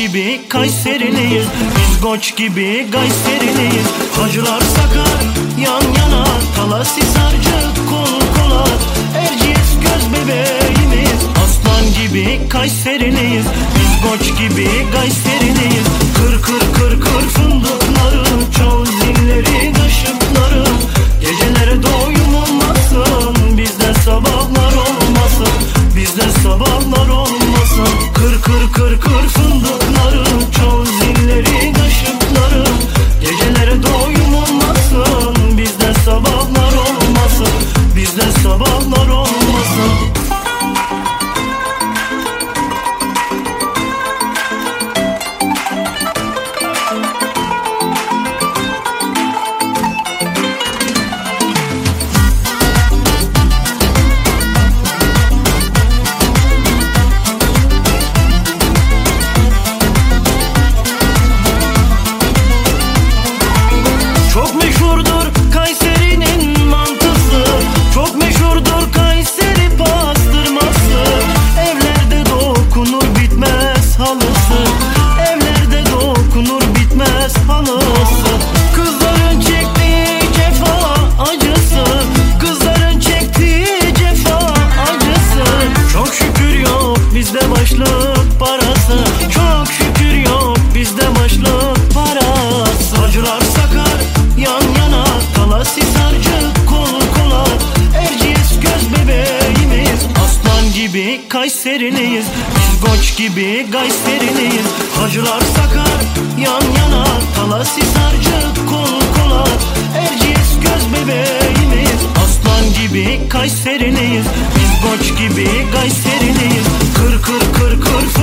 gibi Kayseriliyiz, biz Goç gibi Kayseriliyiz. Hacılar Sakar yan yana, Talas Hisarcı kol kola, Erciyes göz bebeğimiz. Aslan gibi Kayseriliyiz, biz Goç gibi Kayseriliyiz. Kır kır kır kır fındıkları, çal zilleri ışıkları. Gecelere doyum olmasın, bizde sabahlar olmasın, bizde sabahlar olmasın. Kır kır kır kır fındıkları, çal zilleri ışıkları. Gecelere doyum olmasın, bizde sabahlar olmasın, bizde sabahlar olmasın. Kızların çektiği cefa acısı, kızların çektiği cefa acısı. Çok şükür yok bizde başlık parası, çok şükür yok bizde başlık parası. Hacılar Sakar yan yana, Talas Hisarcı kol kola, Erciyes göz bebeğimiz. Aslan gibi Kayseriliyiz, biz Goç gibi Kayseriliyiz. Hacılar Sakar yan yana, Talas Hisarcı kol kola, Erciyes göz bebeğimiz. Aslan gibi Kayseriliyiz, biz Goç gibi Kayseriliyiz. Kır kır kır kır